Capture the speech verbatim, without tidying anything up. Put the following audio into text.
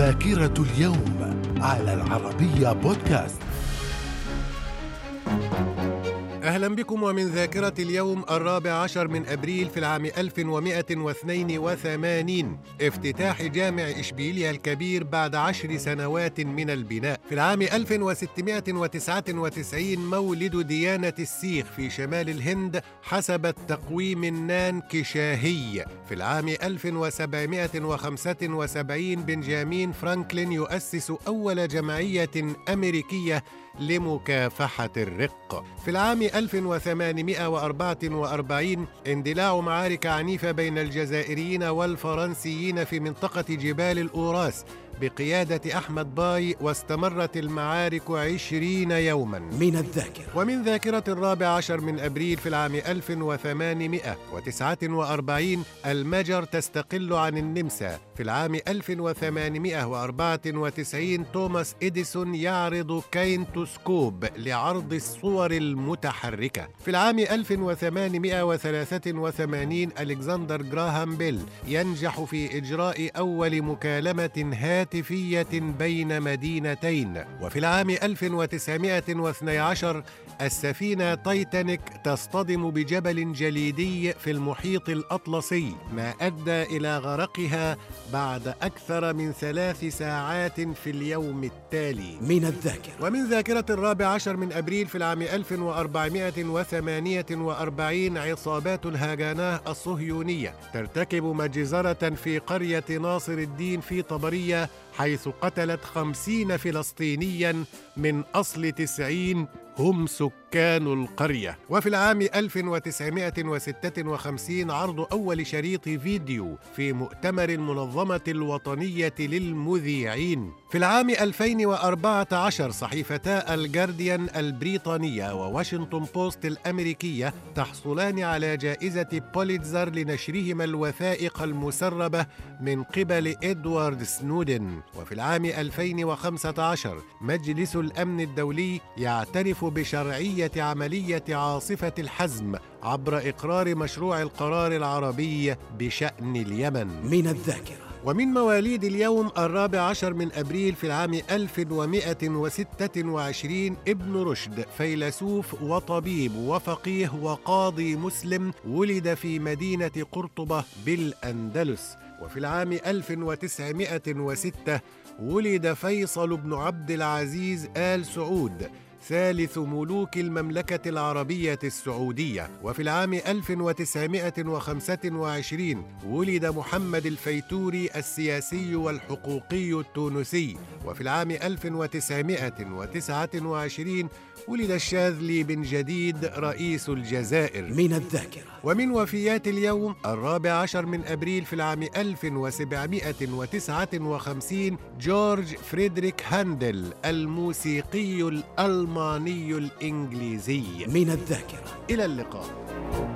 ذاكرة اليوم على العربية بودكاست. أهلا بكم ومن ذاكرة اليوم الرابع عشر من أبريل في العام ألف ومئة واثنين وثمانين، افتتاح جامع إشبيلية الكبير بعد عشر سنوات من البناء. في العام ألف وستمئة وتسعة وتسعين مولد ديانة السيخ في شمال الهند حسب التقويم النانكشاهي. في العام ألف وسبعمئة وخمسة وسبعين بنجامين فرانكلين يؤسس أول جمعية أمريكية لمكافحة الرق. في العام ألف وثمانمئة وأربعة وأربعين اندلاع معارك عنيفة بين الجزائريين والفرنسيين في منطقة جبال الأوراس بقيادة أحمد باي، واستمرت المعارك عشرين يوما. من الذاكرة ومن ذاكرة الرابع عشر من أبريل في العام ألف وثمانمئة وتسعة وأربعين المجر تستقل عن النمسا. في العام ألف وثمانمئة وأربعة وتسعين توماس إديسون يعرض كاينتوسكوب لعرض الصور المتحركة. في العام ألف وثمانمئة وثلاثة وثمانين ألكسندر جراهام بيل ينجح في إجراء أول مكالمة هاتفية بين مدينتين. وفي العام ألف وتسعمئة واثني عشر السفينة تايتانيك تصطدم بجبل جليدي في المحيط الأطلسي، ما أدى إلى غرقها بعد أكثر من ثلاث ساعات في اليوم التالي. من الذاكرة ومن ذاكرة الرابع عشر من أبريل في العام ألف وأربعمئة وثمانية وأربعين عصابات الهاجاناه الصهيونية ترتكب مجزرة في قرية ناصر الدين في طبرية، حيث قتلت خمسين فلسطينياً من أصل تسعين هم سكان القرية. وفي العام ألف وتسعمئة وستة وخمسين عرض أول شريط فيديو في مؤتمر المنظمة الوطنية للمذيعين. في العام ألفين وأربعة عشر صحيفتا الجارديان البريطانية وواشنطن بوست الأمريكية تحصلان على جائزة بوليتزر لنشرهما الوثائق المسربة من قبل إدوارد سنودن. وفي العام ألفين وخمسة عشر مجلس الأمن الدولي يعترف بشرعية عملية عاصفة الحزم عبر إقرار مشروع القرار العربي بشأن اليمن. من الذاكرة ومن مواليد اليوم الرابع عشر من أبريل في العام ألف ومئة وستة وعشرين ابن رشد فيلسوف وطبيب وفقيه وقاضي مسلم ولد في مدينة قرطبة بالأندلس. وفي العام ألف وتسعمئة وستة ولد فيصل بن عبد العزيز آل سعود ثالث ملوك المملكة العربية السعودية. وفي العام ألف وتسعمئة وخمسة وعشرين ولد محمد الفيتوري السياسي والحقوقي التونسي. وفي العام ألف وتسعمئة وتسعة وعشرين ولد الشاذلي بن جديد رئيس الجزائر. من الذاكرة ومن وفيات اليوم الرابع عشر من أبريل في العام ألف وسبعمئة وتسعة وخمسين جورج فريدريك هاندل الموسيقي الألماني الإنجليزي. من الذاكرة إلى اللقاء.